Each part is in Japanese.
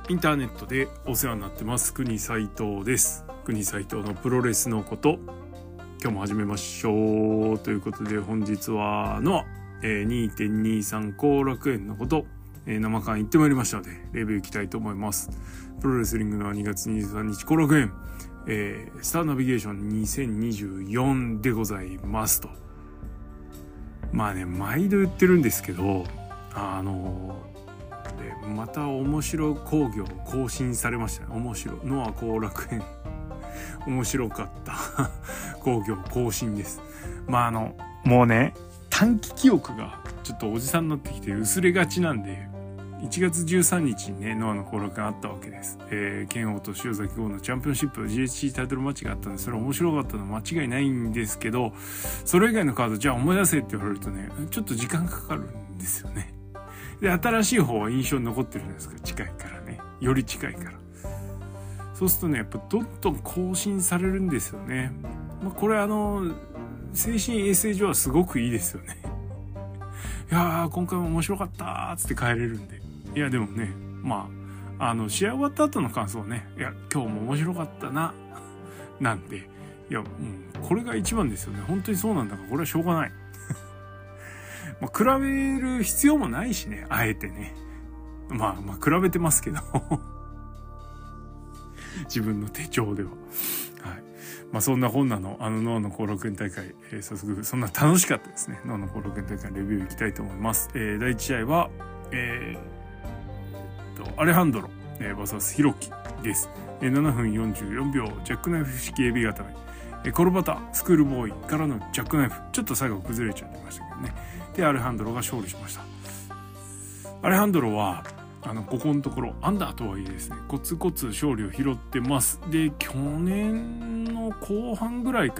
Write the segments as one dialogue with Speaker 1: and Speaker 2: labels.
Speaker 1: インターネットでお世話になってます国斉藤です。国斉藤のプロレスのこと、今日も始めましょうということで、本日はの 2.23 後楽園のこと、生感行ってまいりましたのでレビューいきたいと思います。プロレスリングの2月23日後楽園、スターナビゲーション2024でございますと。まあね、毎度言ってるんですけど、また面白工業更新されましたね。面白ノア後楽園面白かった工業更新です。まあもうね、短期記憶がちょっとおじさんになってきて薄れがちなんで、1月13日にねノアの後楽園あったわけです。剣王と塩崎豪のチャンピオンシップ GHC タイトルマッチがあったんで、それ面白かったのは間違いないんですけど、それ以外のカードじゃあ思い出せって言われるとね、ちょっと時間かかるんですよね。で、新しい方は印象に残ってるじゃないですか。近いからね、より近いから。そうするとね、やっぱどんどん更新されるんですよね。これ精神衛生上はすごくいいですよね。いやー今回も面白かったーっつって帰れるんで。いやでもね、試合終わった後の感想はね、いや今日も面白かったななんで、いやこれが一番ですよね。本当にそうなんだから、これはしょうがない。比べる必要もないしね、あえてね。比べてますけど自分の手帳では。はい。そんな本なのノアの後楽園大会、早速そんな楽しかったですね。ノアの後楽園大会レビューいきたいと思います。第1試合は、アレハンドロ、vs ヒロキです。7分44秒、ジャックナイフ式エビ固め。コルバタ、スクールボーイからのジャックナイフ。ちょっと最後崩れちゃってましたけどね。で、アレハンドロが勝利しました。アレハンドロは、ここのところ、アンダーとはいえですね、コツコツ勝利を拾ってます。で、去年の後半ぐらいから、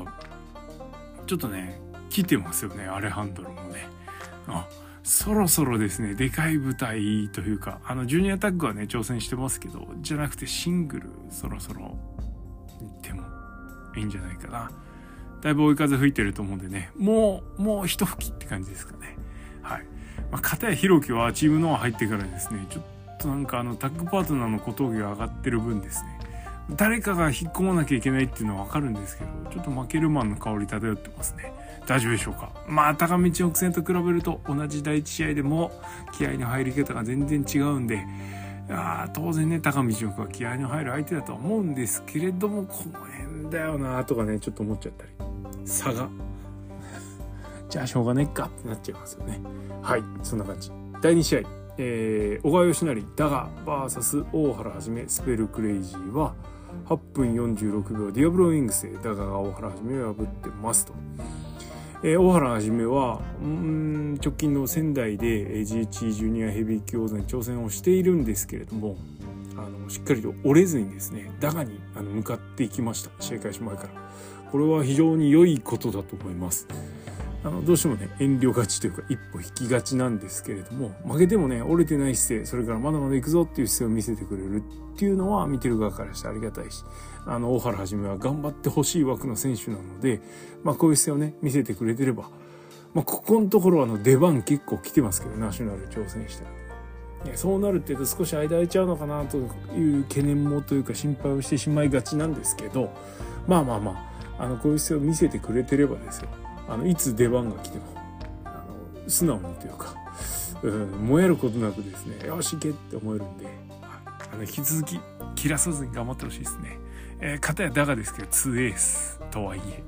Speaker 1: ちょっとね、来てますよね、アレハンドロもね。そろそろですね、でかい舞台というか、ジュニアタッグはね、挑戦してますけど、じゃなくてシングル、そろそろ行ってもいいんじゃないかな。だいぶ追い風吹いてると思うんでね、もう一吹きって感じですかね。はい。片やひろきはチームノア入ってからですね、ちょっとタッグパートナーの小峠が上がってる分ですね、誰かが引っ込まなきゃいけないっていうのはわかるんですけど、ちょっと負けるマンの香り漂ってますね。大丈夫でしょうか。高道奥戦と比べると同じ第一試合でも気合の入り方が全然違うんで、当然ね、高道奥は気合の入る相手だとは思うんですけれども、この辺だよなとかね、ちょっと思っちゃったり、差がじゃあしょうがねっかってなっちゃいますよね。はい、そんな感じ。第2試合、小川義成ダガ VS 大原はじめスペルクレイジーは8分46秒ディアブロウィングスでダガが大原はじめを破ってますと。大原はじめは直近の仙台で GH ジュニアヘビー級王座に挑戦をしているんですけれども、しっかりと折れずにですね、ダガに向かっていきました。試合開始前から。これは非常に良いことだと思います。どうしてもね、遠慮がちというか一歩引きがちなんですけれども、負けてもね、折れてない姿勢、それからまだまだ行くぞっていう姿勢を見せてくれるっていうのは見てる側からしてありがたいし、大原はじめは頑張ってほしい枠の選手なので、こういう姿勢をね、見せてくれてれば、ここのところ出番結構来てますけど、ナショナル挑戦してる。そうなるって言うと少し間空いちゃうのかなという懸念もというか心配をしてしまいがちなんですけど、こういう姿勢を見せてくれてればですよ、いつ出番が来ても素直にというか、もやることなくですね、よし行けって思えるんで、引き続き切らさずに頑張ってほしいですね。片やダガですけど2エースとはいえ、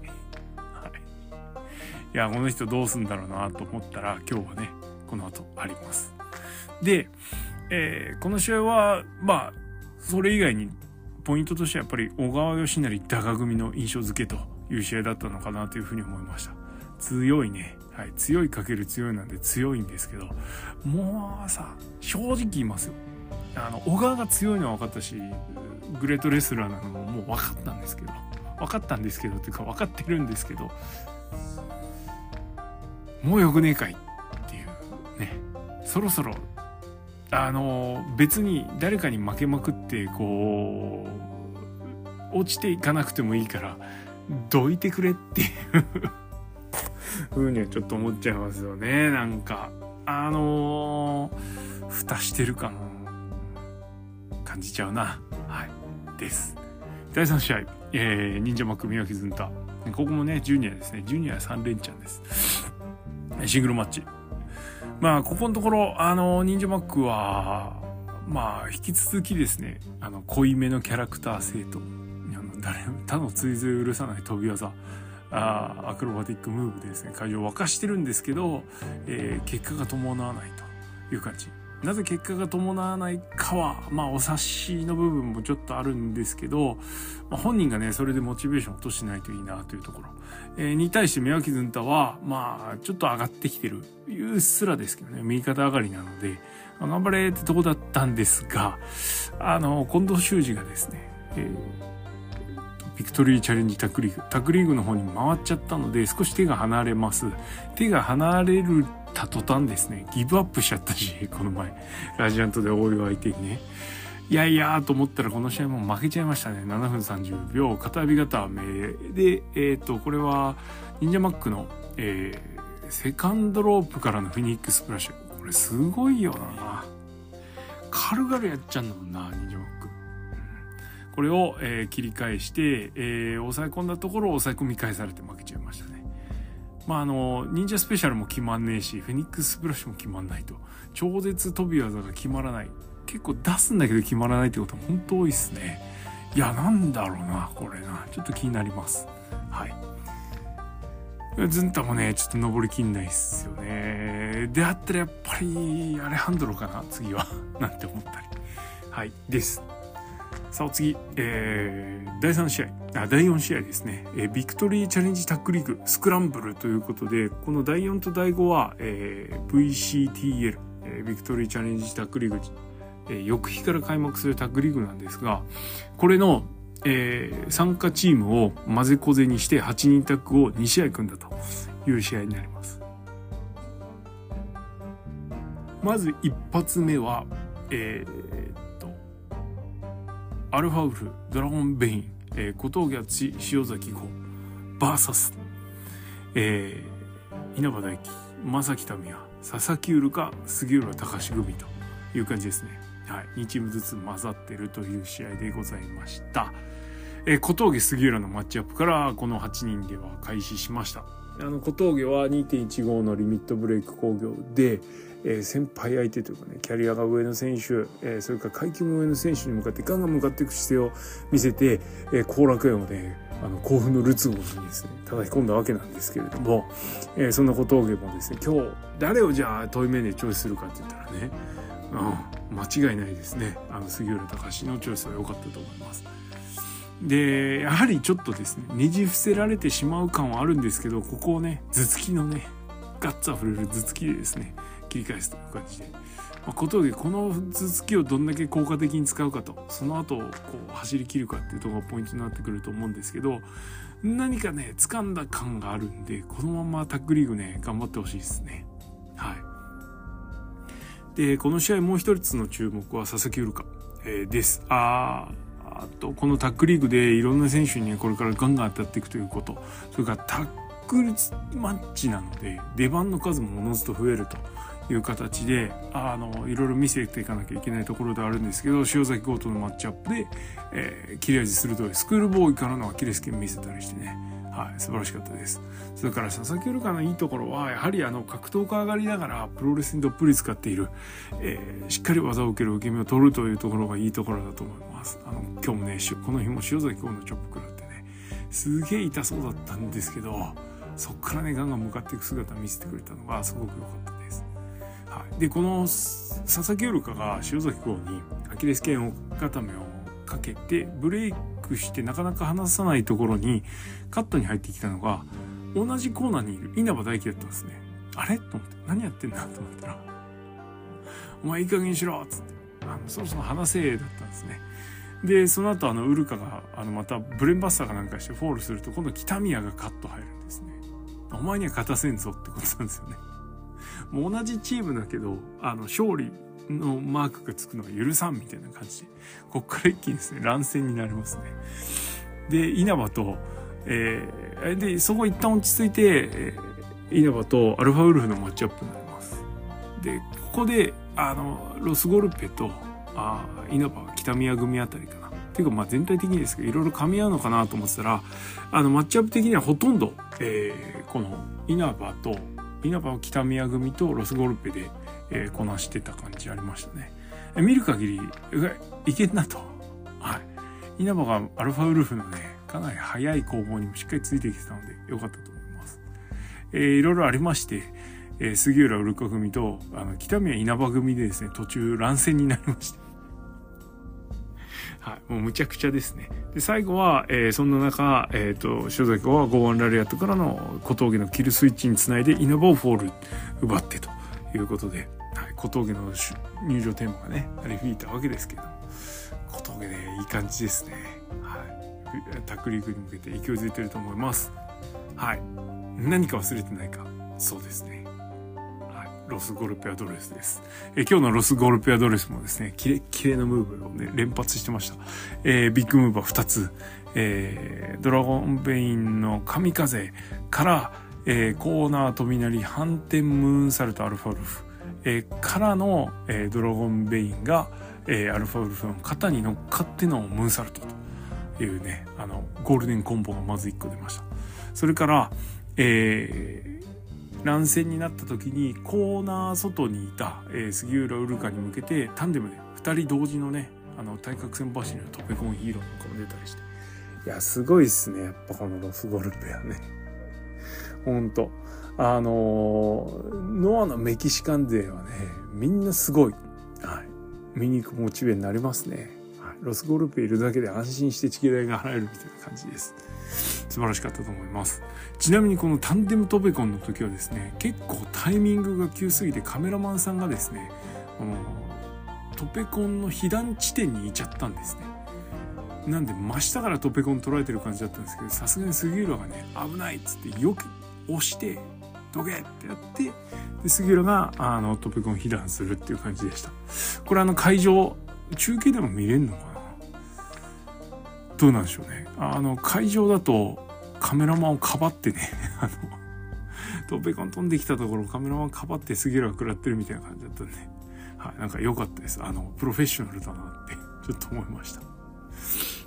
Speaker 1: いやこの人どうすんだろうなと思ったら、今日はねこの後あります。で、この試合はそれ以外にポイントとしてはやっぱり小川義成ダガ組の印象付けという試合だったのかなというふうに思いました。強いね。はい。強いかける強いなんで強いんですけど、もうさ、正直言いますよ。小川が強いのは分かったし、グレートレスラーなのももう分かったんですけどっていうか分かってるんですけど、もうよくねえかいっていうね。そろそろ、別に誰かに負けまくってこう、落ちていかなくてもいいから、どいてくれっていうふうにはちょっと思っちゃいますよね。蓋してるかな。 感じちゃうな。はい。です。第3試合、忍者マック宮城ずんた。ここもね、ジュニアですね。ジュニア3連チャンです。シングルマッチ。まあ、ここのところ、忍者マックは、まあ、引き続きですね、濃いめのキャラクター性と、他の追随を許さない飛び技、アクロバティックムーブでですね、会場を沸かしてるんですけど、結果が伴わないという感じ。なぜ結果が伴わないかは、まあ、お察しの部分もちょっとあるんですけど、まあ、本人がね、それでモチベーション落としないといいなというところ。に対して宮脇ずんたは、まあ、ちょっと上がってきてる。うっすらですけどね、右肩上がりなので、まあ、頑張れってとこだったんですが、近藤修二がですね、ビクトリーチャレンジタッグリーグの方に回っちゃったので、少し手が離れます。手が離れるた途端ですね、ギブアップしちゃったし、この前、ラジアントで大岩相手にね。いやいやーと思ったらこの試合も負けちゃいましたね。7分30秒、片指固めで、これは、忍者マックの、セカンドロープからのフェニックスプラッシュ。これすごいよな。軽々やっちゃうんだもんな、忍者マック。これを、切り返して、抑え込んだところを抑え込み返されて負けちゃいましたね。まあ忍者スペシャルも決まんねえし、フェニックススプラッシュも決まんないと。超絶飛び技が決まらない。結構出すんだけど決まらないってことは本当多いっすね。いや、なんだろうな、これな。ちょっと気になります。はい。ズンタもね、ちょっと登りきんないっすよね。であったらやっぱり、アレハンドロかな、次は。なんて思ったり。はい。です。さあお次、第4試合ですね、ビクトリーチャレンジタッグリーグスクランブルということで、この第4と第5は、VCTL、ビクトリーチャレンジタッグリーグ、翌日から開幕するタッグリーグなんですが、これの、参加チームを混ぜこぜにして8人タッグを2試合組んだという試合になります。まず一発目は、アルファウルフ、ドラゴンベイン、小峠敦、塩崎豪、バーサス、稲葉大輝、正木民也、佐々木ウルカ、杉浦隆組という感じですね。はい。2チームずつ混ざってるという試合でございました。小峠杉浦のマッチアップからこの8人では開始しました。小峠は 2.15 のリミットブレイク工業で、先輩相手というかね、キャリアが上の選手、それから階級も上の選手に向かってガンガン向かっていく姿勢を見せて、後楽園をね、興奮のるつぼにですね、叩き込んだわけなんですけれども、そんな小峠もですね、今日誰をじゃあ遠い目でチョイスするかって言ったらね、間違いないですね。杉浦隆のチョイスは良かったと思います。で、やはりちょっとですね、ねじ伏せられてしまう感はあるんですけど、ここをね、頭突きのね、ガッツあふれる頭突きでですね、切り返すという感じで、小峠この頭突きをどんだけ効果的に使うかと、その後こう走り切るかっていうところがポイントになってくると思うんですけど、何かね掴んだ感があるんで、このままタッグリーグね頑張ってほしいですね。はい。で、この試合もう一つの注目は佐々木ウルカ、です。あとこのタッグリーグでいろんな選手にねこれからガンガン当たっていくということ、それからタッグマッチなので出番の数もおのずと増えるという形でいろいろ見せていかなきゃいけないところではあるんですけど、塩崎豪とのマッチアップで、切れ味鋭いスクールボーイからのアキレス腱見せたりしてね、はい、素晴らしかったです。それから佐々木ウルカのいいところはやはり格闘家上がりながらプロレスにどっぷり使っている、しっかり技を受ける受け身を取るというところがいいところだと思います。今日もねこの日も塩崎豪のチョップ食らってねすげえ痛そうだったんですけど、そっからねガンガン向かっていく姿を見せてくれたのがすごく良かったです。はい、でこの佐々木ウルカが塩崎豪にアキレス腱固めをかけてブレイクしてなかなか離さないところにカットに入ってきたのが同じコーナーにいる稲葉大輝だったんですね。あれと思って何やってんだと思ったら、お前いい加減にしろっつってそろそろ離せだったんですね。でその後ウルカがまたブレンバスターかなんかしてフォールすると今度北宮がカット入るんですね。お前には勝たせんぞってことなんですよね。もう同じチームだけど勝利のマークがつくのは許さんみたいな感じで、こっから一気にですね乱戦になりますね。で稲葉と、でそこ一旦落ち着いて、稲葉とアルファウルフのマッチアップになります。でここでロスゴルペと稲葉が来北宮組あたりかな。っていうかまあ全体的にですけど、いろいろ噛み合うのかなと思ってたら、マッチアップ的にはほとんど、この稲葉は北宮組とロスゴルペで、こなしてた感じありましたね。見る限り、いけんなと。はい。稲葉がアルファウルフのね、かなり速い攻防にもしっかりついてきてたので、良かったと思います。いろいろありまして、杉浦ウルカ組と、北宮稲葉組でですね、途中乱戦になりました。はい。もうむちゃくちゃですね。で、最後は、そんな中、塩崎は剛腕ラリアットからの小峠のキルスイッチにつないで稲葉をフォール奪ってということで、はい。小峠の入場テーマがね、あれ吹いたわけですけど、小峠ね、いい感じですね。はい。タックリーグに向けて勢いづいてると思います。はい。何か忘れてないか。そうですね。ロスゴルペアドレスです。今日のロスゴルペアドレスもですね、キレッキレのムーブをね、連発してました。ビッグムーブは2つ。ドラゴンベインの神風から、コーナー飛びなり反転ムーンサルトアルファウルフ、からの、ドラゴンベインが、アルファウルフの肩に乗っかってのムーンサルトというね、ゴールデンコンボがまず1個出ました。それから、乱戦になった時にコーナー外にいた、杉浦ウルカに向けてタンデムで2人同時のね対角線走りのトペコンヒーローなんかも出たりして、いやすごいっすね。やっぱこのロスゴルペアね、ほんとノアのメキシカン勢はねみんなすごい、はい、見に行くモチベになりますね。はい、ロスゴルペアいるだけで安心してチケ代が払えるみたいな感じです。素晴らしかったと思います。ちなみにこのタンデムトペコンの時はですね、結構タイミングが急すぎてカメラマンさんがですね、トペコンの被弾地点にいちゃったんですね。なんで真下からトペコン捉えてる感じだったんですけど、さすがに杉浦がね危ないっつってよく押してどけってやって、で杉浦がトペコン被弾するっていう感じでした。これ会場中継でも見れるのかな、どうなんでしょうね。会場だとカメラマンをかばってねトペコン飛んできたところカメラマンかばって杉浦が食らってるみたいな感じだったんで、はい、なんか良かったです。プロフェッショナルだなってちょっと思いました。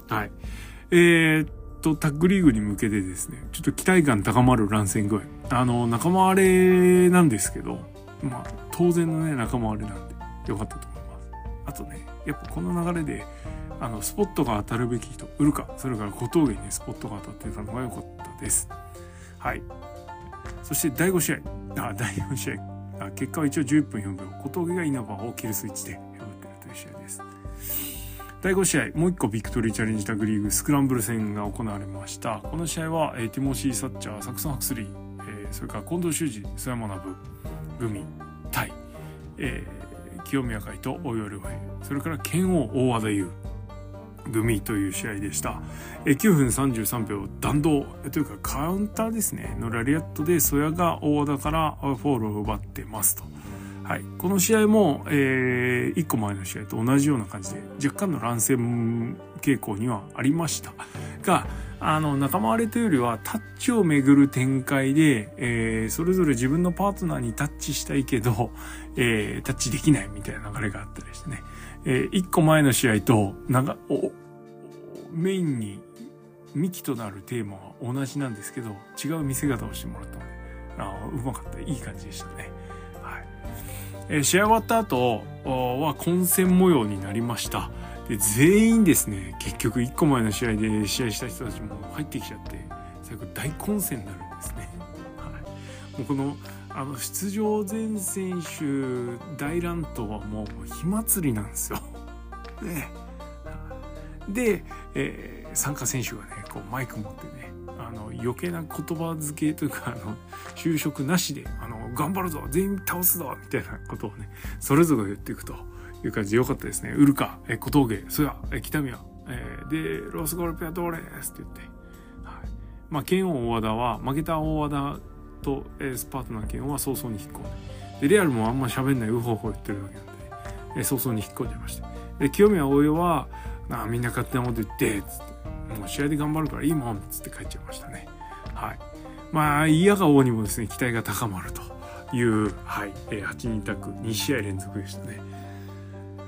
Speaker 1: はい。タッグリーグに向けてですね、ちょっと期待感高まる乱戦具合。仲間割れなんですけど、まあ、当然のね、仲間割れなんで良かったと思います。あとね、やっぱこの流れで、スポットが当たるべき人、ウルカ、それから小峠にスポットが当たってたのが良かったです。はい。そして第4試合。結果は一応11分4秒。小峠が稲葉をキルスイッチで破っているという試合です。第5試合、もう一個ビクトリーチャレンジタッグリーグスクランブル戦が行われました。この試合は、ティモシー・サッチャー、サクソン・ハクスリー、それから近藤修二、曽山学組対、清宮海斗、大岩良平、それから剣王大和田優組という試合でした。9分33秒弾道というかカウンターですねのラリアットで曽谷が大和田からフォールを奪ってますと。はい、この試合も、1個前の試合と同じような感じで若干の乱戦傾向にはありましたが、仲間割れというよりはタッチをめぐる展開で、それぞれ自分のパートナーにタッチしたいけど、タッチできないみたいな流れがあったりしてね、1個前の試合とメインに幹となるテーマは同じなんですけど違う見せ方をしてもらったのでうまかった、いい感じでしたね。はい。試合終わった後は混戦模様になりました。で全員ですね、結局1個前の試合で試合した人たちも入ってきちゃって最後大混戦になるんですね。はい、もうこの出場全選手大乱闘はもう火祭りなんですよ。ね、で、参加選手がねこうマイク持ってね余計な言葉付けというか就職なしで頑張るぞ全員倒すぞみたいなことをねそれぞれ言っていくという感じで良かったですね。ウルカ、小峠、そや、北宮、でロスゴルペアドーレスって言って、はい、まあ剣王大和田は負けた大和田と、スパートナー剣王は早々に引っ込んで、レアルもあんま喋んないウホウホ言ってるだけなんで、早々に引っ込んじゃいました。で清宮大代はみんな勝手なこと言ってつってもう試合で頑張るからいいもんつって帰っちゃいましたね。はい。まあ嫌が王にもですね期待が高まるという、はい、8人タッグ2試合連続でしたね。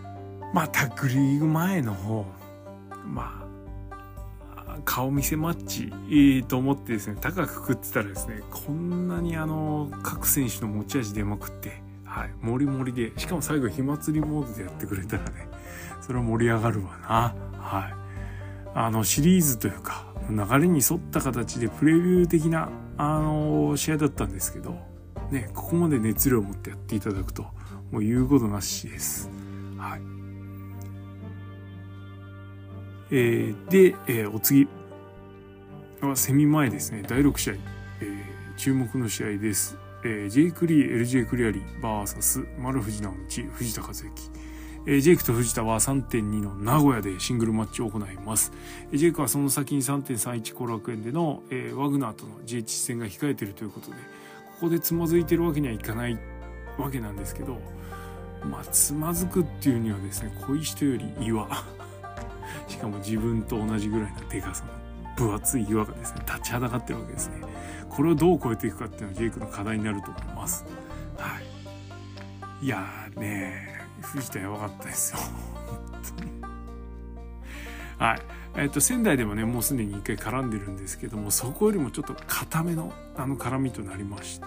Speaker 1: タッグリーグ前の方、顔見せマッチ、と思ってですね、高く食ってたらですね、こんなに各選手の持ち味出まくって、はい、モリモリで、しかも最後火祭りモードでやってくれたらね、それは盛り上がるわな。はい。シリーズというか、流れに沿った形でプレビュー的な、試合だったんですけど、ね、ここまで熱量を持ってやっていただくと、もう言うことなしです。はい。で、お次はセミ前ですね、第6試合、注目の試合です。ジェイク・リー、LJ クリアリー VS 丸藤直道、藤田和幸。ジェイクと藤田は 3.2 の名古屋でシングルマッチを行います。ジェイクはその先に 3.31 後楽園での、ワグナーとの GH 戦が控えているということで、ここでつまずいてるわけにはいかないわけなんですけど、つまずくっていうにはですね、小石より岩しかも自分と同じぐらいのでかさの分厚い岩がですね、立ちはだかってるわけですね。これをどう超えていくかっていうのはジェイクの課題になると思います。はい。いやーねー、藤田やばかったですよ。本当に。はい。仙台でもね、もうすでに一回絡んでるんですけども、そこよりもちょっと固めの絡みとなりました。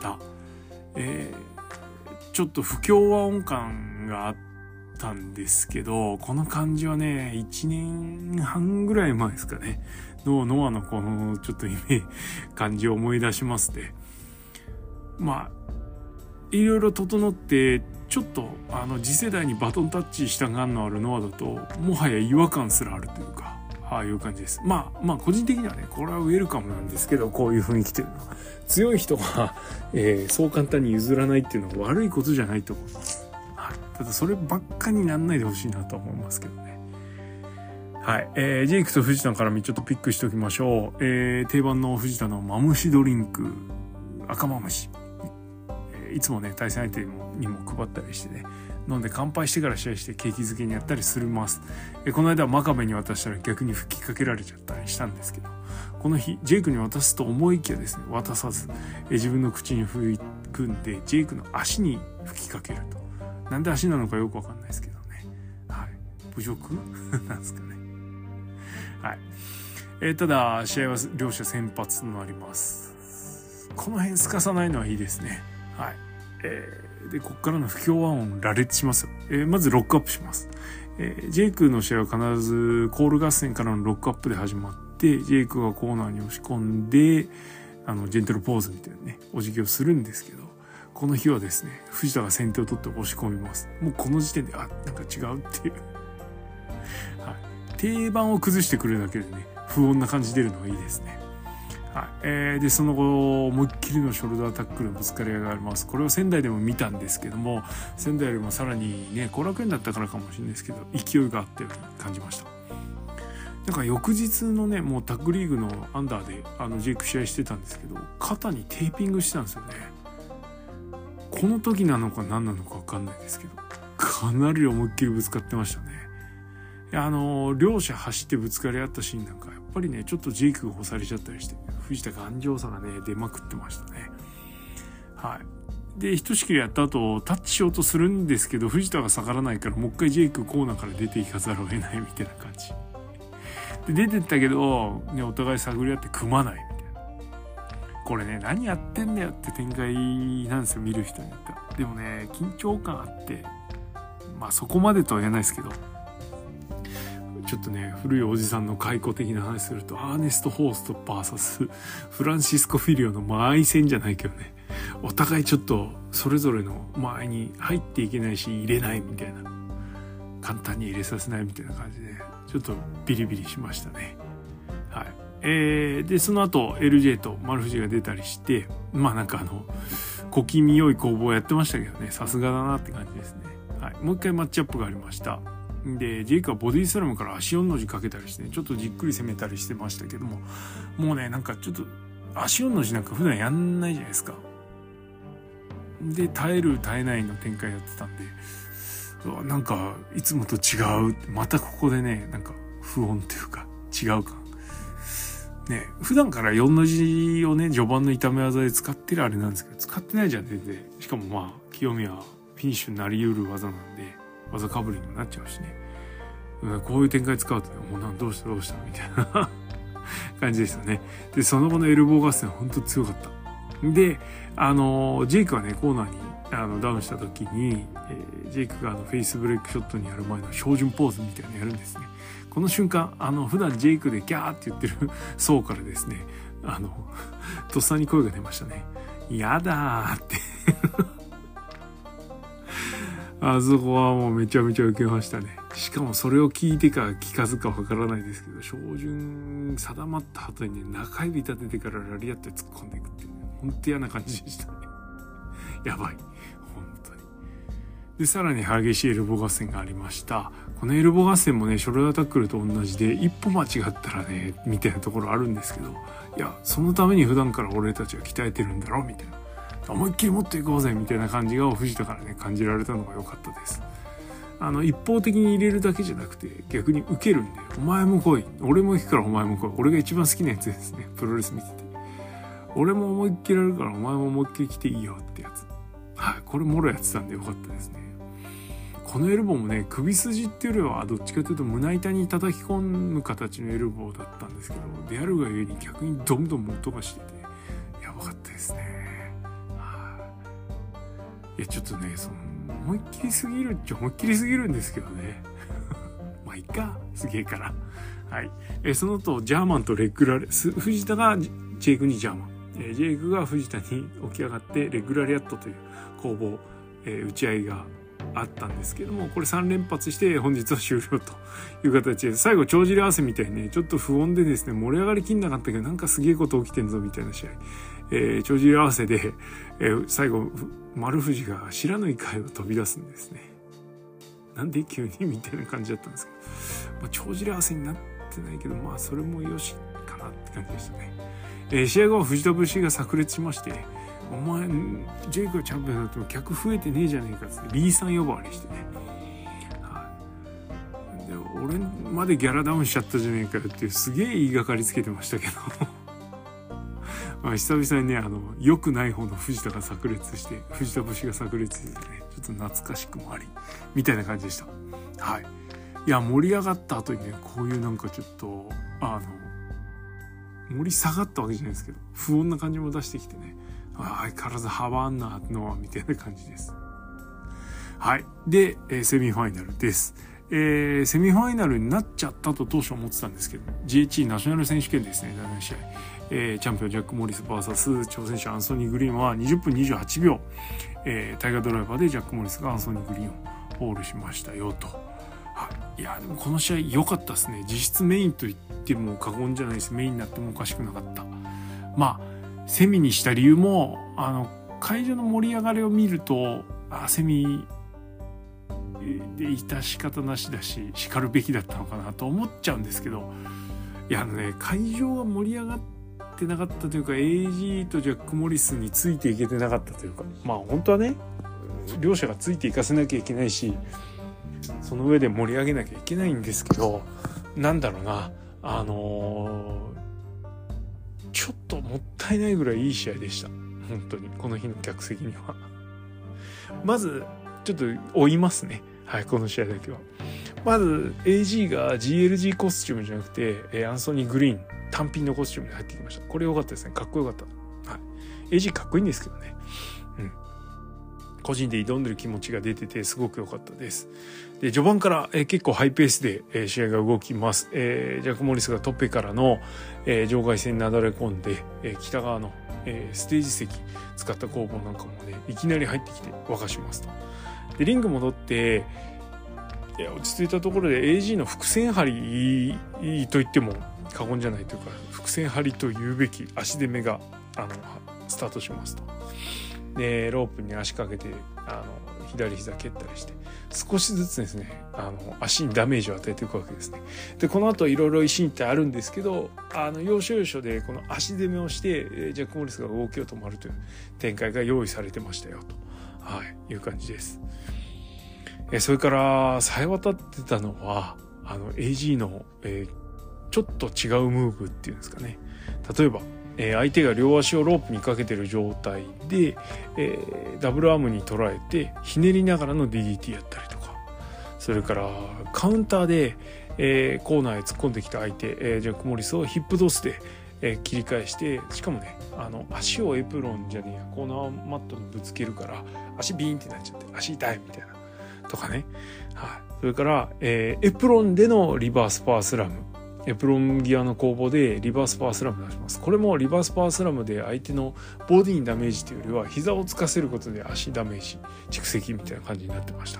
Speaker 1: ちょっと不協和音感があったんですけど、この感じはね、1年半ぐらい前ですかね。ノアのこのちょっと感じを思い出しますね。いろいろ整って、ちょっと次世代にバトンタッチした感のあるノアだと、もはや違和感すらあるというか、ああいう感じです。個人的にはね、これはウェルカムなんですけど、こういう雰囲気というのは。強い人が、そう簡単に譲らないっていうのは悪いことじゃないと思います。はい。ただそればっかになんないでほしいなと思いますけどね。はい。ジェイクと藤田の絡みちょっとピックしておきましょう。定番の藤田のマムシドリンク、赤マムシ。いつもね、対戦相手にも配ったりしてね、飲んで乾杯してから試合して景気づけにやったりするます。この間は真壁に渡したら逆に吹きかけられちゃったりしたんですけど、この日、ジェイクに渡すと思いきやですね、渡さず、自分の口に吹くんで、ジェイクの足に吹きかけると。なんで足なのかよくわかんないですけどね。はい。侮辱なんですかね。はい。ただ、試合は両者先発となります。この辺すかさないのはいいですね。はい。で、こっからの不協和音羅列しますよ。まずロックアップします。ジェイクの試合は必ずコール合戦からのロックアップで始まって、ジェイクがコーナーに押し込んで、ジェントルポーズみたいなね、お辞儀をするんですけど、この日はですね、藤田が先手を取って押し込みます。もうこの時点で、なんか違うっていう。はい。定番を崩してくれるだけでね、不穏な感じ出るのがいいですね。はい。で、その後、思いっきりのショルダータックルのぶつかり合いがあります。これは仙台でも見たんですけども、仙台よりもさらにね、後楽園だったからかもしれないですけど、勢いがあったように感じました。なんか翌日のね、もうタッグリーグのアンダーで、ジェイク試合してたんですけど、肩にテーピングしてたんですよね。この時なのか何なのか分かんないですけど、かなり思いっきりぶつかってましたね。両者走ってぶつかり合ったシーンなんか、やっぱりね、ちょっとジェイクが干されちゃったりして、藤田頑丈さがね、出まくってましたね。はい。で、ひとしきりやった後、タッチしようとするんですけど、藤田が下がらないから、もう一回ジェイクコーナーから出ていかざるを得ないみたいな感じ。で、出てったけど、ね、お互い探り合って組まないみたいな。これね、何やってんだよって展開なんですよ、見る人によっては。でもね、緊張感あって、そこまでとは言えないですけど、ちょっとね、古いおじさんの解雇的な話すると、アーネスト・ホースト VS フランシスコ・フィリオの間合い戦じゃないけどね、お互いちょっとそれぞれの間合いに入っていけないし、入れないみたいな、簡単に入れさせないみたいな感じで、ちょっとビリビリしましたね。はい。で、その後 LJ と丸藤が出たりして、なんか小気味良い攻防をやってましたけどね、さすがだなって感じですね。はい。もう一回マッチアップがありました。で、ジェイクはボディスラムから足4の字かけたりして、ちょっとじっくり攻めたりしてましたけども、もうね、なんかちょっと足4の字なんか普段やんないじゃないですか。で、耐える耐えないの展開やってたんで、なんかいつもと違う。またここでね、なんか不穏っていうか違う感。ね、普段から4の字をね、序盤の痛め技で使ってるあれなんですけど、使ってないじゃん、全然。しかも清宮はフィニッシュになり得る技なんで、技かぶりになっちゃうしね。 こういう展開使うとね、もうどうしたみたいな感じですよね。で、その後のエルボー合戦は本当強かった。で、ジェイクはね、コーナーにダウンした時に、ジェイクがフェイスブレイクショットにやる前の標準ポーズみたいなのやるんですね。この瞬間、普段ジェイクでギャーって言ってる層からですね、とっさに声が出ましたね。やだーってあそこはもうめちゃめちゃ受けましたね。しかもそれを聞いてか聞かずかわからないですけど、照準定まった後にね、中指立ててからラリアットで突っ込んでいくっていうね、ほんと嫌な感じでしたね。やばい。本当に。で、さらに激しいエルボー合戦がありました。このエルボー合戦もね、ショルダータックルと同じで、一歩間違ったらね、みたいなところあるんですけど、いや、そのために普段から俺たちは鍛えてるんだろみたいな。思いっきり持っていこうぜみたいな感じが藤田からね、感じられたのが良かったです。一方的に入れるだけじゃなくて、逆に受けるんで、お前も来い。俺も行くからお前も来い。俺が一番好きなやつですね。プロレス見てて。俺も思いっきりやるからお前も思いっきり来ていいよってやつ。はい。これもろやってたんで良かったですね。このエルボーもね、首筋っていうよりはどっちかというと胸板に叩き込む形のエルボーだったんですけど、であるがゆえに逆にどんどん音がしてて、やばかったですね。いや、ちょっとね、思いっきりすぎるっちゃ思いっきりすぎるんですけどね。まあいいか、すげえから。はい。その後、ジャーマンとレッグラリ、藤田がジェイクにジャーマン。ジェイクが藤田に起き上がってレッグラリアットという攻防、打ち合いがあったんですけども、これ3連発して本日は終了という形で、最後帳尻合わせみたいにね、ちょっと不穏でですね、盛り上がりきんなかったけど、なんかすげえこと起きてんぞみたいな試合。帳尻合わせで、最後、丸藤が知らぬい会を飛び出すんですね。なんで急にみたいな感じだったんですけど、帳尻合わせになってないけど、まあそれもよしかなって感じでしたね。試合後は藤田節が炸裂しまして、お前ジェイクがチャンピオンになっても客増えてねえじゃねえかってリーさん呼ばわりしてね、で俺までギャラダウンしちゃったじゃねえかよっていうすげえ言いがかりつけてましたけどまあ久々にね、良くない方の藤田が炸裂して、藤田節が炸裂してね、ちょっと懐かしくもありみたいな感じでした。はい。いや、盛り上がった後にね、こういうなんかちょっと盛り下がったわけじゃないですけど、不穏な感じも出してきてね、相変わらず幅あんなのみたいな感じです。はい。で、セミファイナルです。セミファイナルになっちゃったと当初思ってたんですけど、GHC ナショナル選手権ですね、7試合。チャンピオンジャック・モリス VS 挑戦者アンソニー・グリーンは20分28秒、タイガードライバーでジャック・モリスがアンソニー・グリーンをホールしましたよと。はい。いや、でもこの試合良かったですね。実質メインと言っても過言じゃないです。メインになってもおかしくなかった。まあ、セミにした理由も、会場の盛り上がりを見ると、セミで致し方なしだし、叱るべきだったのかなと思っちゃうんですけど、いや、会場が盛り上がってなかったというか、AG とジャック・モリスについていけてなかったというか、まあ本当はね、両者がついていかせなきゃいけないし、その上で盛り上げなきゃいけないんですけど、なんだろうな、ちょっともったいないぐらいいい試合でした。本当にこの日の客席にはまずちょっと追いますね。はい、この試合だけは。まず AG が GLG コスチュームじゃなくて、アンソニー・グリーン単品のコスチュームで入ってきました。これ良かったですね。かっこよかった。はい。AG かっこいいんですけどね。うん。個人で挑んでる気持ちが出ててすごく良かったです。で、序盤から、結構ハイペースで、試合が動きます。ジャック・モリスがトッペからの、場外線になだれ込んで、北側の、ステージ席使った攻防なんかもね、いきなり入ってきて沸かしますと。で、リング戻って、落ち着いたところで AG の伏線張りと言っても過言じゃないというか、伏線張りと言うべき足手目がスタートしますと。で、ロープに足かけて左膝蹴ったりして少しずつですね、足にダメージを与えていくわけですね。で、この後いろいろシーンってあるんですけど、要所要所でこの足手目をしてジャック・モリスが動きを止まるという展開が用意されてましたよと、はい、いう感じです。それから冴え渡ってたのはAG の、ちょっと違うムーブっていうんですかね。例えば、相手が両足をロープにかけてる状態で、ダブルアームに捉えてひねりながらの DDT やったりとか、 それからカウンターで、コーナーへ突っ込んできた相手、ジャック・モリスをヒップドスで、切り返して、しかもね足をエプロンじゃねえやコーナーマットにぶつけるから足ビーンってなっちゃって足痛いみたいなとかね、はい、それから、エプロンでのリバースパワースラム、エプロンギアの攻防でリバースパワースラム出します。これもリバースパワースラムで相手のボディにダメージというよりは膝をつかせることで足ダメージ蓄積みたいな感じになってました。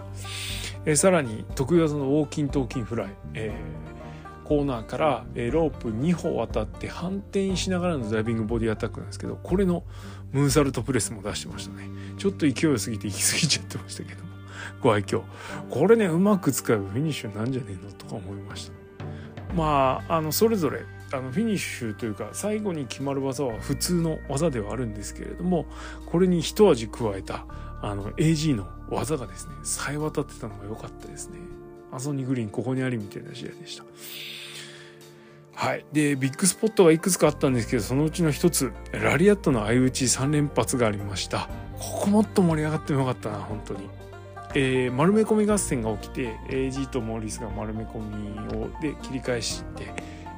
Speaker 1: さらに得意技のウォーキントーキンフライ、コーナーから、ロープ2歩渡って反転しながらのダイビングボディアタックなんですけど、これのムーンサルトプレスも出してましたね。ちょっと勢いよすぎて行き過ぎちゃってましたけども、ご愛嬌。これねうまく使えばフィニッシュなんじゃねえのとか思いました。まあそれぞれフィニッシュというか最後に決まる技は普通の技ではあるんですけれども、これに一味加えたAG の技がですね冴え渡ってたのが良かったですね。アソニー・グリーンここにありみたいな試合でした。はい。でビッグスポットがいくつかあったんですけど、そのうちの一つラリアットの相打ち3連発がありました。ここもっと盛り上がってもよかったな本当に。丸め込み合戦が起きて AG とモーリスが丸め込みをで切り返して、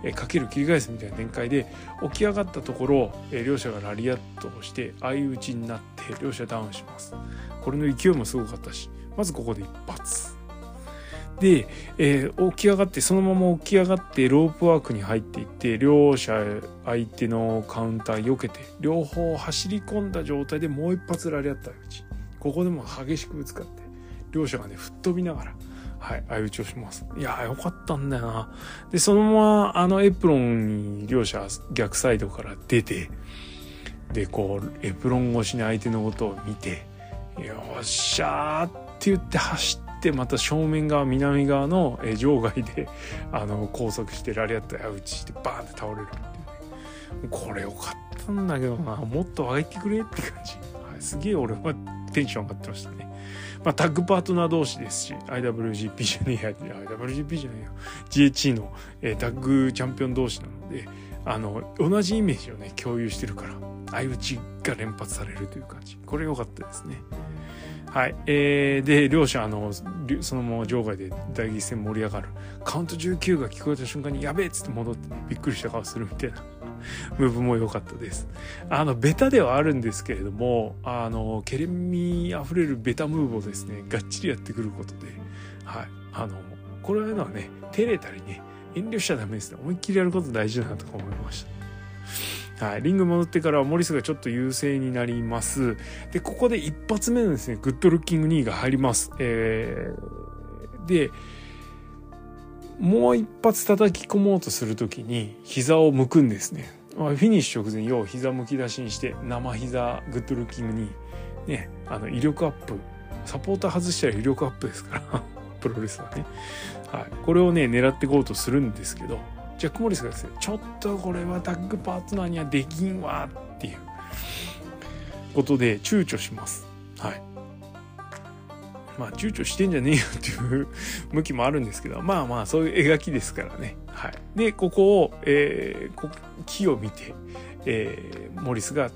Speaker 1: かける切り返すみたいな展開で起き上がったところ、両者がラリアットをして相打ちになって両者ダウンします。これの勢いもすごかったし、まずここで一発で、起き上がってそのまま起き上がってロープワークに入っていって、両者相手のカウンター避けて両方走り込んだ状態でもう一発ラリアット相打ち、ここでも激しくぶつかって両者がね吹っ飛びながら相打ちをします。いやーよかったんだよな。でそのままエプロンに両者逆サイドから出て、でこうエプロン越しに相手のことを見て、よっしゃーって言って走って、また正面側南側の場外で拘束してラリアット相打ちしてバーンって倒れるっていうね。これよかったんだけどな、もっと上げてくれって感じ、すげえ俺はテンション上がってましたね。タッグパートナー同士ですし IWGP じゃねえや IWGP じゃねえよ GHC の、タッグチャンピオン同士なので同じイメージをね共有してるから相打ちが連発されるという感じ、これ良かったですね。はい、で両者そのまま場外で大激戦盛り上がる、カウント19が聞こえた瞬間にやべえっつって戻って、ね、びっくりした顔するみたいなムーブも良かったです。ベタではあるんですけれどもケレミあふれるベタムーブをですねがっちりやってくることで、はい、これはね照れたりね遠慮しちゃダメですね。思いっきりやること大事だなとか思いました。はい、リング戻ってからモリスがちょっと優勢になります。でここで一発目のですねグッドルッキング2が入ります。でもう一発叩き込もうとするときに膝を向くんですね。フィニッシュ直前要膝むき出しにして生膝グッドルッキングにね威力アップ、サポーター外したら威力アップですからプロレスはね、はい、これをね狙っていこうとするんですけど、ジャック・モリスがですねちょっとこれはタッグパートナーにはできんわっていうことで躊躇します。はい、躊躇してんじゃねえよっていう向きもあるんですけど、そういう描きですからね。はい、でここを、木を見て、モリスね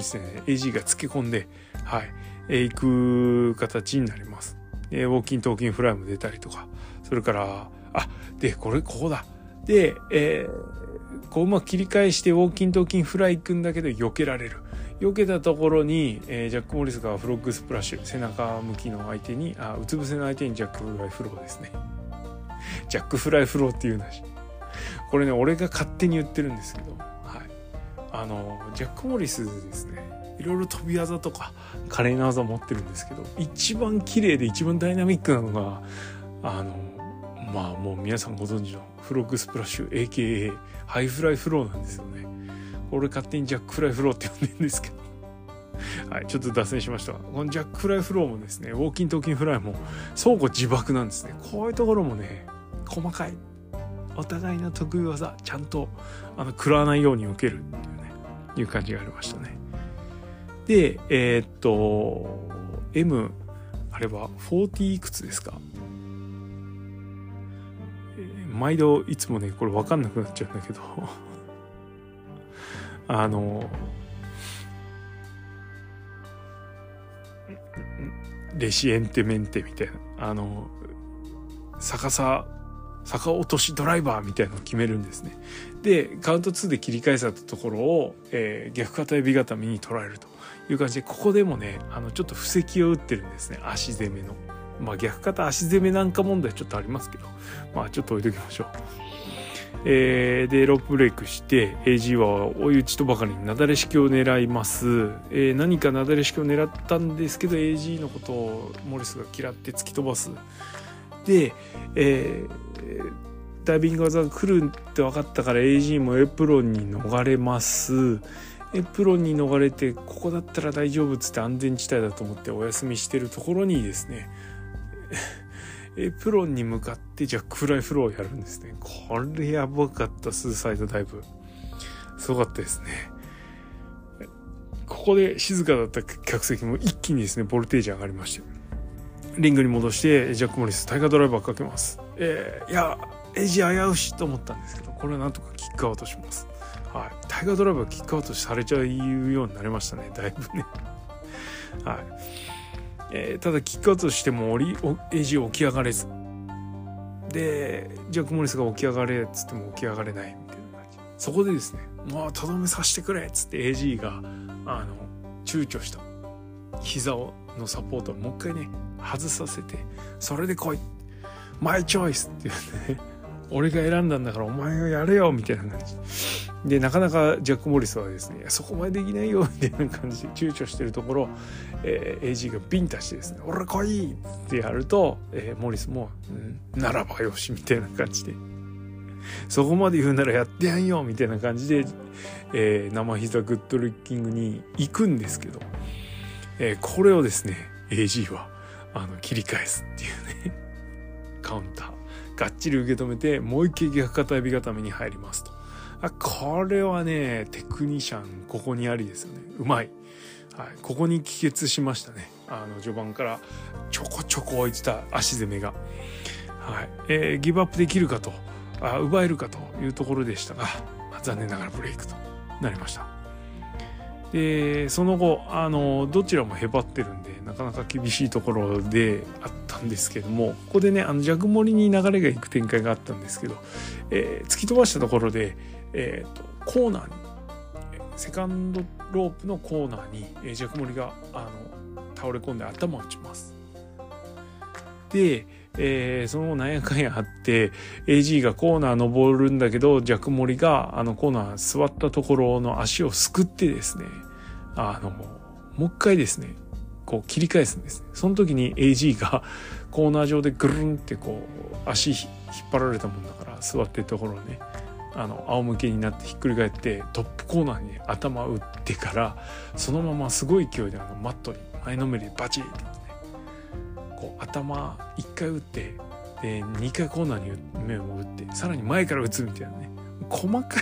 Speaker 1: AG がつけ込んで、はい、行く形になります。ウォーキントーキンフライも出たりとか、それからでここだで、こううまく切り返してウォーキントーキンフライ行くんだけど避けられる。避けたところに、ジャック・モリスがフロッグスプラッシュ、背中向きの相手にうつ伏せの相手にジャックフライフローですね。ジャックフライフローっていうなし、これね俺が勝手に言ってるんですけど、はい、ジャック・モリスですねいろいろ飛び技とか華麗な技持ってるんですけど、一番綺麗で一番ダイナミックなのがもう皆さんご存知のフロッグスプラッシュ AKA ハイフライフローなんですよね。俺勝手にジャックフライフローって呼んでるんですけどはい、ちょっと脱線しました。このジャックフライフローもですねウォーキントーキンフライも相互自爆なんですね。こういうところもね細かいお互いの得意技ちゃんと食らわないように受けるっていうねいう感じがありましたね。でM あれは40いくつですか、毎度いつもねこれ分かんなくなっちゃうんだけどレシエンテメンテみたいな逆落としドライバーみたいなのを決めるんですね。でカウント2で切り返されたところを、逆肩エビ固めに捉えるという感じで、ここでもねちょっと布石を打ってるんですね、足攻めの。逆肩足攻めなんか問題ちょっとありますけど、ちょっと置いときましょう。でロープブレイクして AG は追い打ちとばかりに雪崩式を狙います。何か雪崩式を狙ったんですけど AG のことをモリスが嫌って突き飛ばす。で、ダイビング技が来るって分かったから AG もエプロンに逃れます。エプロンに逃れて、ここだったら大丈夫っつって安全地帯だと思ってお休みしてるところにですねエプロンに向かってジャックフライフローをやるんですね。これやばかった。スーサイドダイブすごかったですね。ここで静かだった客席も一気にですねボルテージ上がりまして、リングに戻してジャック・モリスタイガードライバーかけます。いやエイジ危うしと思ったんですけど、これはなんとかキックアウトします。はい、タイガードライバーキックアウトされちゃうようになりましたね、だいぶね。はい、ただキックアウトしてもエイジ起き上がれずで、ジャック・モリスが起き上がれっつっても起き上がれないみたいな感じ。そこでですね、もうとどめさせてくれっつって AG が躊躇した膝のサポートをもう一回ね外させて、それで来いマイチョイスっていうね俺が選んだんだからお前がやれよみたいな感じで、なかなかジャック・モリスはですねそこまでできないよみたいな感じで躊躇してるところ、AG がビンタしてですね俺来いってやると、モリスも、ならばよしみたいな感じで、そこまで言うならやってやんよみたいな感じで、生膝グッドルッキングに行くんですけど、これをですね AG は切り返すっていうねカウンターがっちり受け止めて、もう一回逆肩エビ固めに入りますと。これはねテクニシャンここにありですよね。うまい、はい、ここに帰結しましたね。序盤からちょこちょこ置いてた足攻めが、はい、ギブアップできるかと奪えるかというところでしたが、残念ながらブレイクとなりました。でその後どちらもへばってるんでなかなか厳しいところであったんですけども、ここでねジャグモリに流れがいく展開があったんですけど、突き飛ばしたところで、コーナーにセカンドロープのコーナーに、ジャグモリが倒れ込んで頭を打ちます。でそのなんやかんやあって AG がコーナー登るんだけど、ジャクモリがコーナー座ったところの足をすくってですねもう一回ですねこう切り返すんですね。その時に AG がコーナー上でぐるんってこう足引っ張られたもんだから座ってるところをね仰向けになってひっくり返ってトップコーナーに頭打ってから、そのまますごい勢いでマットに前のめりでバチッてこう頭1回打ってで2回コーナーに目を打ってさらに前から打つみたいなね、細かい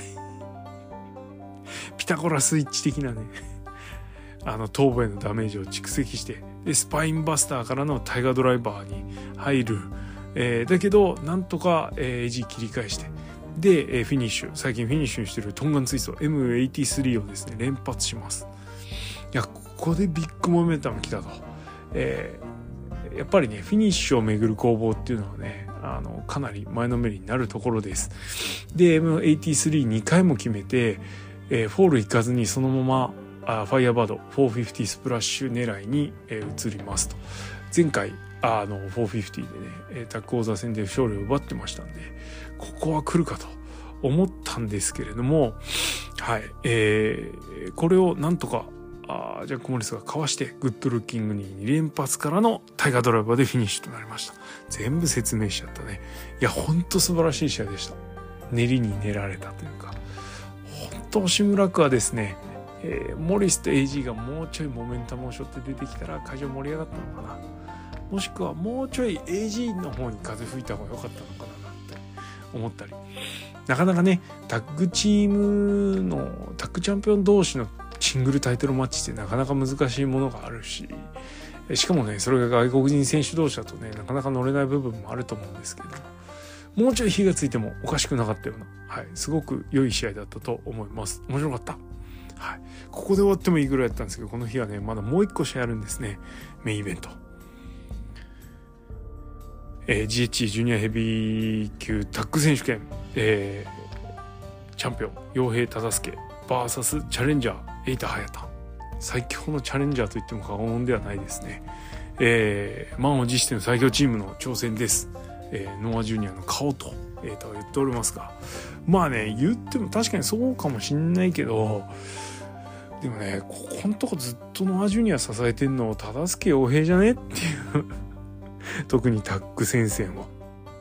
Speaker 1: ピタゴラスイッチ的なね頭部へのダメージを蓄積して、でスパインバスターからのタイガードライバーに入る、だけどなんとか、AG 切り返してで、フィニッシュ、最近フィニッシュにしてるトンガンツイスト M83 をですね連発します。いやここでビッグモメンタム来たと、やっぱりねフィニッシュをめぐる攻防っていうのはねかなり前のめりになるところです。で M83 回も決めて、フォールいかずにそのままファイヤーバード450スプラッシュ狙いに、移りますと。前回450でねタッグ王座戦で勝利を奪ってましたんで、ここは来るかと思ったんですけれども、はい、これをなんとかジャック・モリスがかわしてグッドルッキングに2連発からのタイガードライバーでフィニッシュとなりました。全部説明しちゃったね。いやほんと素晴らしい試合でした。練りに練られたというか、ほんと押村区はですね、モリスと AG がもうちょいモメンタムを背負って出てきたら会場盛り上がったのかな、もしくはもうちょい AG の方に風吹いた方が良かったのかななんて思ったり、なかなかねタッグチームのタッグチャンピオン同士のシングルタイトルマッチってなかなか難しいものがあるし、しかもねそれが外国人選手同士だとねなかなか乗れない部分もあると思うんですけど、もうちょい火がついてもおかしくなかったような、はい、すごく良い試合だったと思います。面白かった。はい、ここで終わってもいいぐらいだったんですけど、この日はねまだもう一個試合あるんですね、メインイベント。 GHC ジュニアヘビー級タッグ選手権、チャンピオン陽平忠介 VS チャレンジャーエイタ早田、最強のチャレンジャーと言っても過言ではないですね。満を持しての最強チームの挑戦です。ノアジュニアの顔とエイタは言っておりますが、まあね、言っても確かにそうかもしんないけど、でもね、ここのとこずっとノアジュニア支えてんの忠介陽平じゃねっていう特にタッグ戦線は。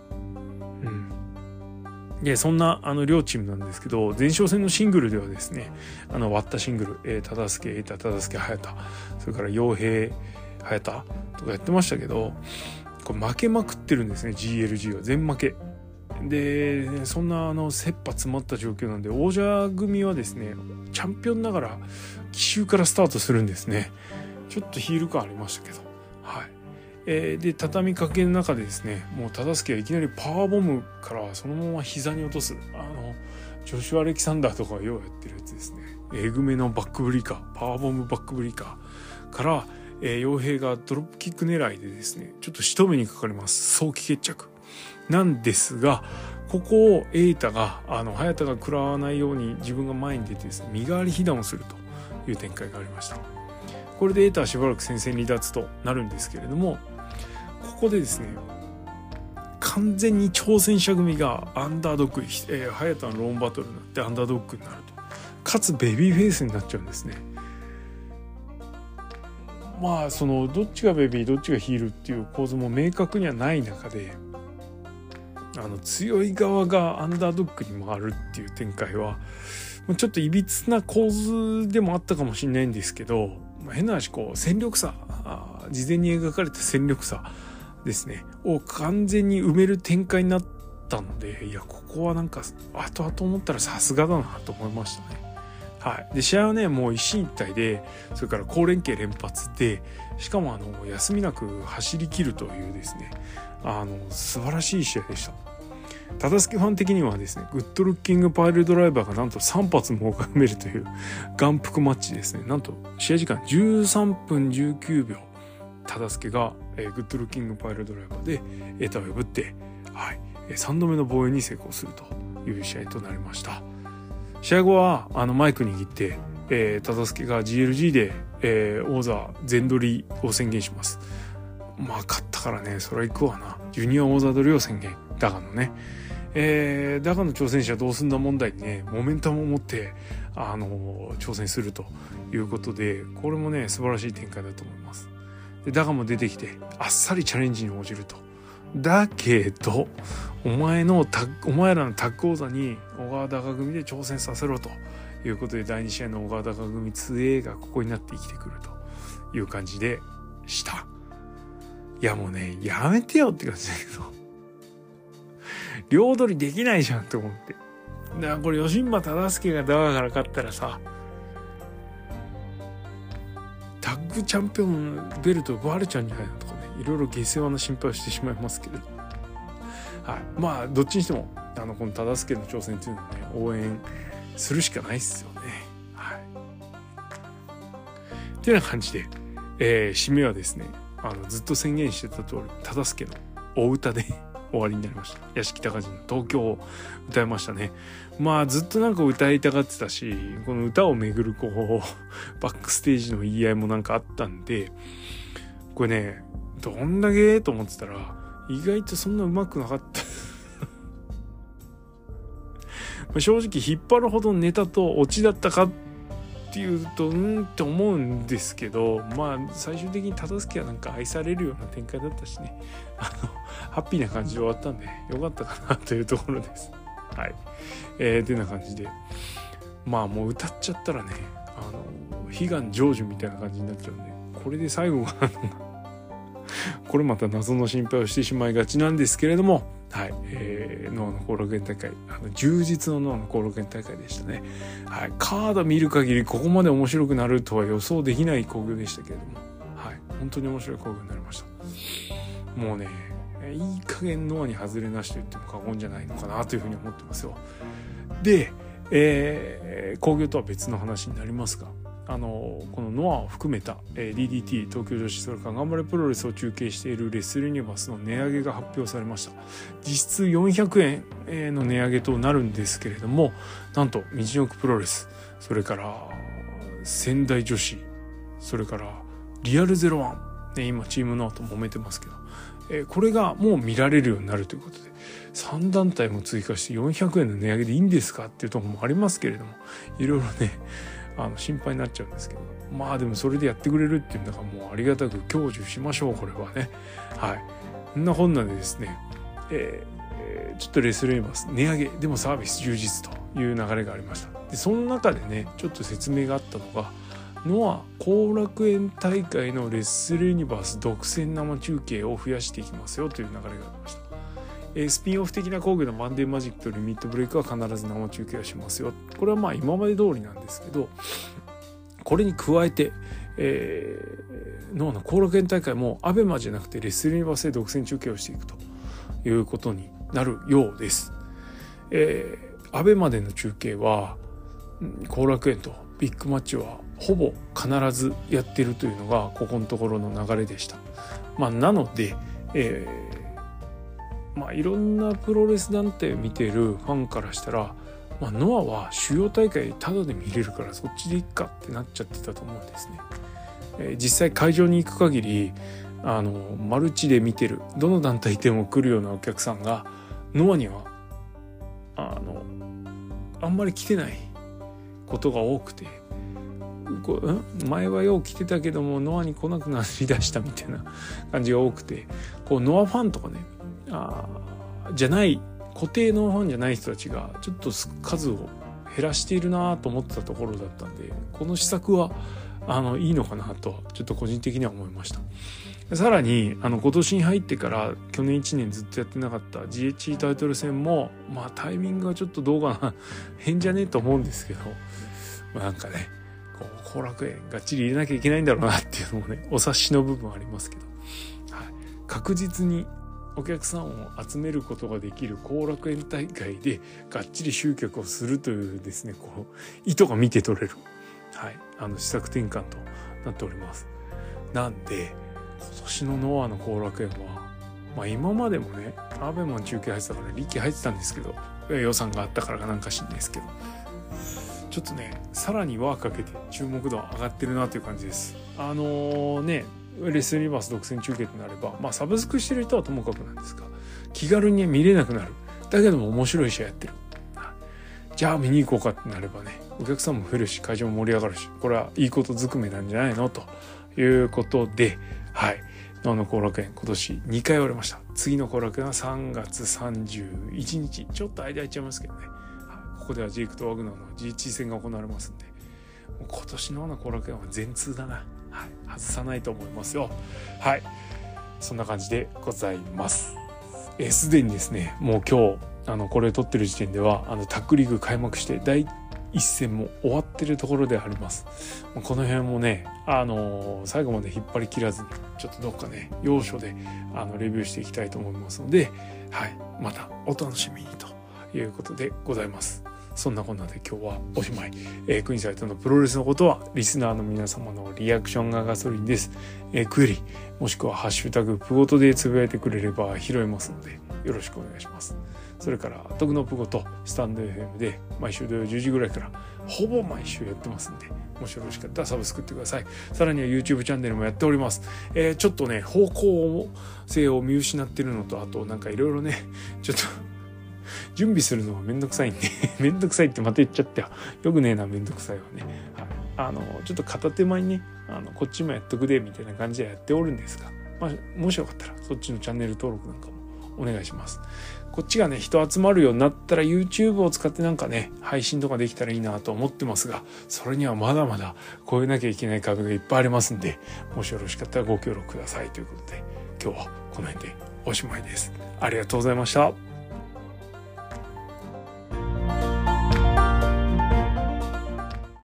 Speaker 1: でそんな両チームなんですけど、前哨戦のシングルではですね、割ったシングル、忠介エイタ忠介早田、それから陽平早田とかやってましたけど、これ負けまくってるんですね。 GLG は全負けで、そんな切羽詰まった状況なんで、王者組はですねチャンピオンながら奇襲からスタートするんですね。ちょっとヒール感ありましたけど、はい。で畳みかけの中でですね、もう忠介はいきなりパワーボムからそのまま膝に落とす、ジョシュア・アレキサンダーとかがようやってるやつですね。えぐめのバックブリーカー、パワーボムバックブリーカーから、陽平がドロップキック狙いでですね、ちょっと仕留めにかかります。早期決着なんですが、ここをエイタが早田が食らわないように自分が前に出てですね、身代わり被弾をするという展開がありました。これでエイタはしばらく戦線離脱となるんですけれども、ここでですね、完全に挑戦者組がアンダードッグ、早田のローンバトルになってアンダードッグになると、かつベビーフェイスになっちゃうんですね。まあそのどっちがベビーどっちがヒールっていう構図も明確にはない中で、強い側がアンダードッグに回るっていう展開はちょっといびつな構図でもあったかもしれないんですけど、変な話、こう戦力差、事前に描かれた戦力差ですねを完全に埋める展開になったので、いやここはなんか後々思ったらさすがだなと思いましたね。はい、で試合はねもう一進一退で、それから好連携連発で、しかも休みなく走り切るというですね、素晴らしい試合でした。忠介ファン的にはですね、グッドルッキングパイルドライバーがなんと3発も拝めるという眼福マッチですね。なんと試合時間13分19秒、忠介が、グッドルッキングパイルドライバーでエータを破って、はい、3度目の防衛に成功するという試合となりました。試合後はマイク握って、忠介が GLG で、王座全取りを宣言します。まあ勝ったからね、それは行くわな。ジュニア王座取りを宣言。ダガのね、ダガの挑戦者どうすんだ問題にね、モメンタムを持って挑戦するということで、これもね素晴らしい展開だと思います。でダガも出てきてあっさりチャレンジに応じると。だけどお前らのタッグ王座に小川ダガ組で挑戦させろということで、第2試合の小川ダガ組 2A がここになって生きてくるという感じでした。いやもうね、やめてよって感じだけど、両取りできないじゃんと思って。だからこれ吉村忠介がダガから勝ったらさ、タッグチャンピオンベルト奪われちゃうんじゃないのとかね、いろいろ下世話な心配をしてしまいますけど、はい、まあどっちにしてもこの忠介の挑戦っていうのはね、応援するしかないっすよね。はい。っていうような感じで、締めはですね、ずっと宣言してた通り忠介のお歌で終わりになりました。屋敷隆人の東京を歌いましたね。まあずっとなんか歌いたがってたし、この歌をめぐるこうバックステージの言い合いもなんかあったんで、これねどんだけと思ってたら意外とそんな上手くなかった正直引っ張るほどネタとオチだったかっていうとって思うんですけど、まあ最終的に忠介はなんか愛されるような展開だったしね、ハッピーな感じで終わったんでよかったかなというところです。はい。ってな感じで、まあもう歌っちゃったらね、悲願成就みたいな感じになっちゃうんで、これで最後がこれまた謎の心配をしてしまいがちなんですけれども、はい、ノアの後楽園大会、充実のノアの後楽園大会でしたね。はい、カード見る限りここまで面白くなるとは予想できない興行でしたけれども、はい、本当に面白い興行になりました。もうね、いい加減ノアに外れなしと言っても過言じゃないのかなというふうに思ってますよ。で、興行とは別の話になりますが、 このノアを含めた DDT 東京女子、それから頑張れプロレスを中継しているレスルユニバースの値上げが発表されました。実質400円の値上げとなるんですけれども、なんと道のくプロレス、それから仙台女子、それからリアル01、今チームノアと揉めてますけど、これがもう見られるようになるということで、3団体も追加して400円の値上げでいいんですかっていうところもありますけれども、いろいろね心配になっちゃうんですけど、まあでもそれでやってくれるっていうんだからもうありがたく享受しましょう、これはね。はい。こんなこんなでですね、ちょっとレスルユニバース値上げでもサービス充実という流れがありました。でその中でねちょっと説明があったのが、ノア後楽園大会のレッスルユニバース独占生中継を増やしていきますよという流れがありました。スピンオフ的な工具のマンデーマジックとリミットブレイクは必ず生中継をしますよ。これはまあ今まで通りなんですけど、これに加えて、ノアの後楽園大会もアベマじゃなくてレッスルユニバースで独占中継をしていくということになるようです。アベマでの中継は後楽園とビッグマッチはほぼ必ずやってるというのがここのところの流れでした。なので、いろんなプロレス団体を見ているファンからしたら、ノアは主要大会タダで見れるからそっちでいっかってなっちゃってたと思うんですね。実際会場に行く限りマルチで見てるどの団体でも来るようなお客さんがノアにはあんまり来てないことが多くて、前はよう来てたけどもノアに来なくなりだしたみたいな感じが多くて、ノアファンとかねじゃない固定のファンじゃない人たちがちょっと数を減らしているなと思ってたところだったんで、この施策はいいのかなとちょっと個人的には思いました。さらに今年に入ってから去年1年ずっとやってなかった GHC タイトル戦もタイミングがちょっとどうかな変じゃねえと思うんですけど、なんかね後楽園がっちり入れなきゃいけないんだろうなっていうのもねお察しの部分はありますけど、確実にお客さんを集めることができる後楽園大会でがっちり集客をするというですね意図が見て取れる、施策転換となっております。なんで今年のノアの後楽園は、今までもねアベマン中継入ってたから力入ってたんですけど、予算があったからかなんか知んないですけど、ちょっとねさらに輪かけて注目度上がってるなという感じです。レスルユニバース独占中継となれば、サブスクしてる人はともかくなんですが気軽に見れなくなる。だけども面白い試合やってる。じゃあ見に行こうかってなればねお客さんも増えるし会場も盛り上がるし、これはいいことずくめなんじゃないのということで、ノアの後楽園今年2回終わりました。次の後楽園は3月31日、ちょっと間空いちゃいますけどね、ここではジェイクとワグナーの GHC 戦が行われますんで、もう今年の後楽園は全通だな、外さないと思いますよ。そんな感じでございます。すでにですねもう今日これを撮ってる時点ではタッグリーグ開幕して第一戦も終わってるところであります。この辺もね最後まで引っ張り切らずにちょっとどっかね要所でレビューしていきたいと思いますので、またお楽しみにということでございます。そんなこんなで今日はおしまい。クイーンサイトのプロレスのことはリスナーの皆様のリアクションがガソリンです。クエリもしくはハッシュタグプゴトでつぶやいてくれれば拾いますのでよろしくお願いします。それからトグのプゴとスタンド FM で毎週土曜10時ぐらいからほぼ毎週やってますんで、もしよろしかったらサブスクってください。さらには YouTube チャンネルもやっております。ちょっとね方向性を見失ってるのと、あとなんかいろいろねちょっと準備するのがめんどくさいんでめんどくさいってまた言っちゃったよ。よくねえなめんどくさいわね。ちょっと片手間にねこっちもやっとくでみたいな感じでやっておるんですが、もしよかったらそっちのチャンネル登録なんかもお願いします。こっちがね人集まるようになったら YouTube を使ってなんかね配信とかできたらいいなと思ってますが、それにはまだまだ越えなきゃいけない壁がいっぱいありますんで、もしよろしかったらご協力くださいということで今日はこの辺でおしまいです。ありがとうございました。